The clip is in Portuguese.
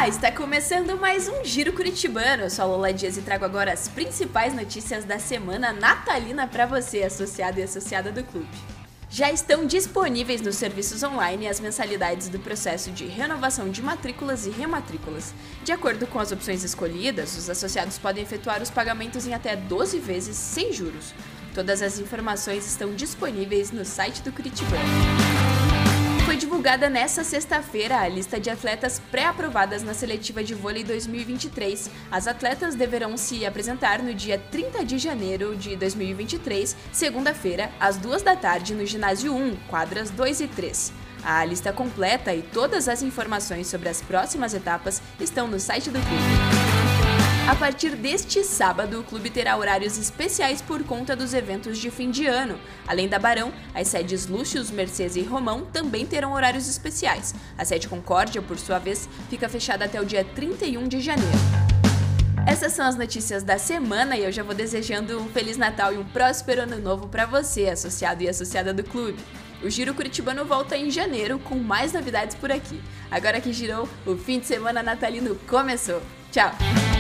Olá, está começando mais um Giro Curitibano. Eu sou a Lola Dias e trago agora as principais notícias da semana natalina para você, associado e associada do clube. Já estão disponíveis nos serviços online as mensalidades do processo de renovação de matrículas e rematrículas. De acordo com as opções escolhidas, os associados podem efetuar os pagamentos em até 12 vezes sem juros. Todas as informações estão disponíveis no site do Curitibano. Foi divulgada nesta sexta-feira a lista de atletas pré-aprovadas na seletiva de vôlei 2023. As atletas deverão se apresentar no dia 30 de janeiro de 2023, segunda-feira, às 2 da tarde, no ginásio 1, quadras 2 e 3. A lista completa e todas as informações sobre as próximas etapas estão no site do clube. A partir deste sábado, o clube terá horários especiais por conta dos eventos de fim de ano. Além da Barão, as sedes Lúcius, Mercedes e Romão também terão horários especiais. A sede Concórdia, por sua vez, fica fechada até o dia 31 de janeiro. Essas são as notícias da semana e eu já vou desejando um Feliz Natal e um próspero Ano Novo para você, associado e associada do clube. O Giro Curitibano volta em janeiro com mais novidades por aqui. Agora que girou, o fim de semana natalino começou. Tchau!